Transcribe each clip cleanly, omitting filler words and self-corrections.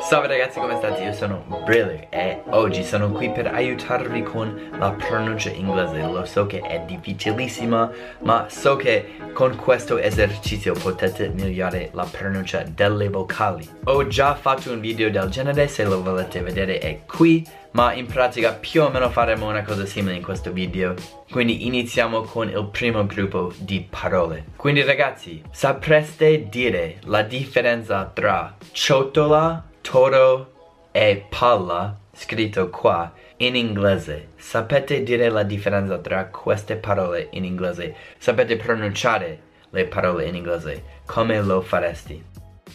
Salve ragazzi, come state? Io sono Briller e oggi sono qui per aiutarvi con la pronuncia inglese. Lo so che è difficilissima, ma so che con questo esercizio potete migliorare la pronuncia delle vocali. Ho già fatto un video del genere, se lo volete vedere è qui, ma in pratica più o meno faremo una cosa simile in questo video. Quindi iniziamo con il primo gruppo di parole. Quindi ragazzi, sapreste dire la differenza tra ciotola, toro e palla, scritto qua, in inglese? Sapete dire la differenza tra queste parole in inglese? Sapete pronunciare le parole in inglese? Come lo faresti?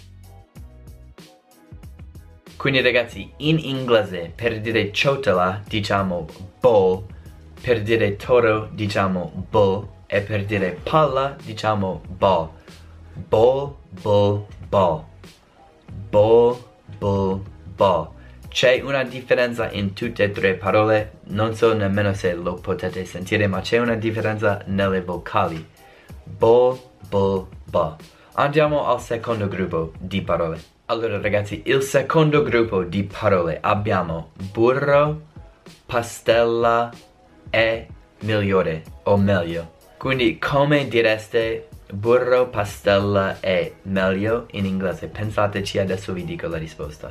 Quindi ragazzi, in inglese per dire ciotola diciamo bowl, per dire toro diciamo bull e per dire palla diciamo ball. Ball, bull, ball. Ball, bull, ball. C'è una differenza in tutte e tre parole, non so nemmeno se lo potete sentire, ma c'è una differenza nelle vocali. Ball, bull, ball. Andiamo al secondo gruppo di parole. Allora ragazzi, il secondo gruppo di parole abbiamo burro, pastella e migliore o meglio. Quindi come direste burro, pastella e meglio in inglese? Pensateci, adesso vi dico la risposta.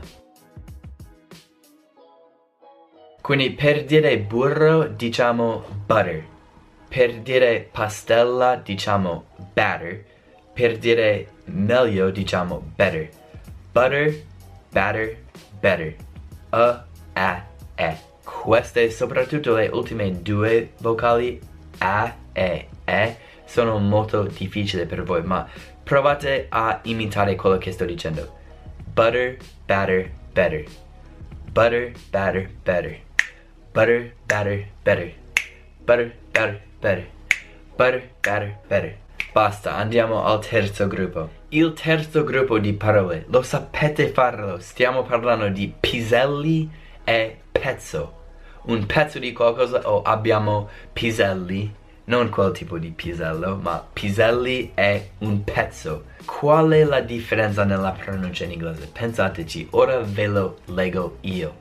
Quindi per dire burro diciamo butter, per dire pastella diciamo batter, per dire meglio diciamo better. Butter, batter, better. E. Queste, soprattutto le ultime due vocali, A e E, sono molto difficili per voi, ma provate a imitare quello che sto dicendo. Butter, batter, better. Butter, batter, better. Butter, batter, better. Butter, batter, better. Butter, batter, better. Basta, andiamo al terzo gruppo. Il terzo gruppo di parole, lo sapete farlo, stiamo parlando di piselli e pezzo. Un pezzo di qualcosa o abbiamo piselli, non quel tipo di pisello, ma piselli è un pezzo. Qual è la differenza nella pronuncia in inglese? Pensateci, ora ve lo leggo io.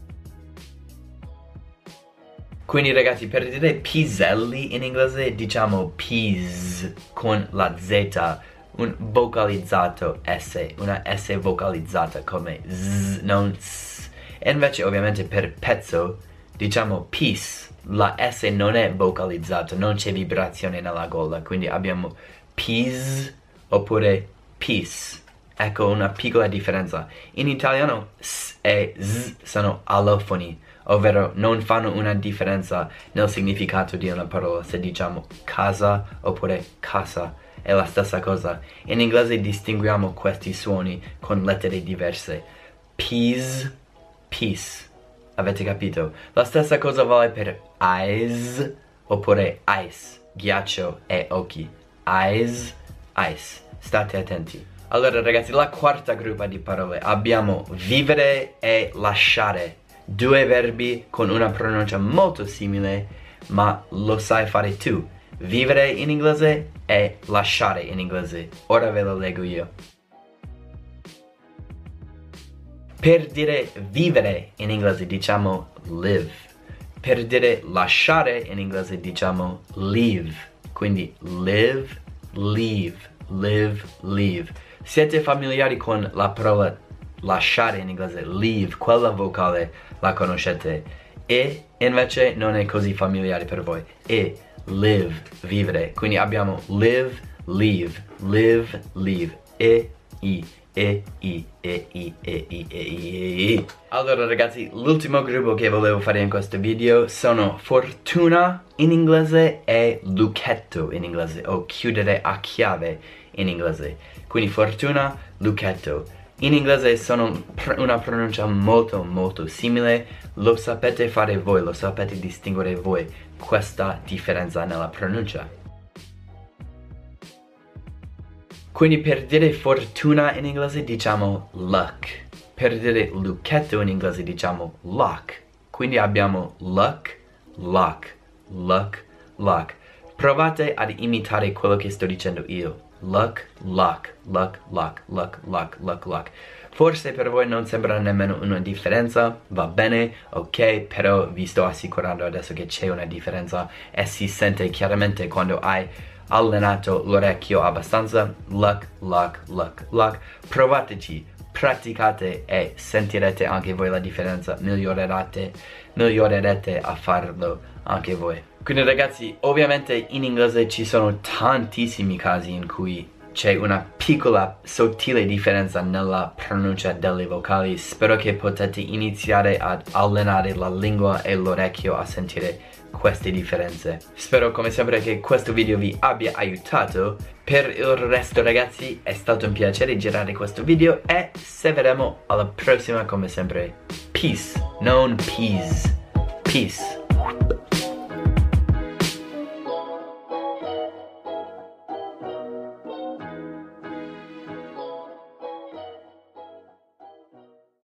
Quindi ragazzi, per dire piselli in inglese diciamo peas con la Z, un vocalizzato S, una S vocalizzata come Z, non S. E invece ovviamente per pezzo diciamo piece, la S non è vocalizzata, non c'è vibrazione nella gola, quindi abbiamo peas oppure peace. Ecco una piccola differenza. In italiano S e Z sono allofoni, ovvero non fanno una differenza nel significato di una parola. Se diciamo casa oppure casa è la stessa cosa. In inglese distinguiamo questi suoni con lettere diverse. Peas, peace. Avete capito? La stessa cosa vale per eyes oppure ice, ghiaccio e occhi. Eyes, ice. State attenti. Allora ragazzi, la quarta gruppa di parole abbiamo vivere e lasciare. Due verbi con una pronuncia molto simile, ma lo sai fare tu. Vivere in inglese e lasciare in inglese. Ora ve lo leggo io. Per dire vivere in inglese diciamo live. Per dire lasciare in inglese diciamo leave. Quindi live, leave, live, leave. Siete familiari con la parola lasciare in inglese, leave, quella vocale la conoscete, e invece non è così familiare per voi. E live, vivere, quindi abbiamo live, leave, live, leave, e i. Allora ragazzi, l'ultimo gruppo che volevo fare in questo video sono fortuna in inglese e lucchetto in inglese, o chiudere a chiave in inglese. Quindi fortuna, lucchetto. In inglese sono una pronuncia molto simile, lo sapete fare voi, lo sapete distinguere voi, questa differenza nella pronuncia. Quindi per dire fortuna in inglese diciamo luck, per dire lucchetto in inglese diciamo lock. Quindi abbiamo luck, lock, luck, lock. Provate ad imitare quello che sto dicendo io. Luck, lock, luck, lock, luck, lock, luck, lock. Forse per voi non sembra nemmeno una differenza, va bene, ok, però vi sto assicurando adesso che c'è una differenza e si sente chiaramente quando hai allenato l'orecchio abbastanza. Luck. Provateci, praticate e sentirete anche voi la differenza, migliorerete a farlo anche voi. Quindi ragazzi, ovviamente in inglese ci sono tantissimi casi in cui c'è una piccola sottile differenza nella pronuncia delle vocali. Spero che potete iniziare ad allenare la lingua e l'orecchio a sentire queste differenze. Spero come sempre che questo video vi abbia aiutato. Per il resto ragazzi è stato un piacere girare questo video e se vedremo alla prossima come sempre. Peace, non peace. Peace.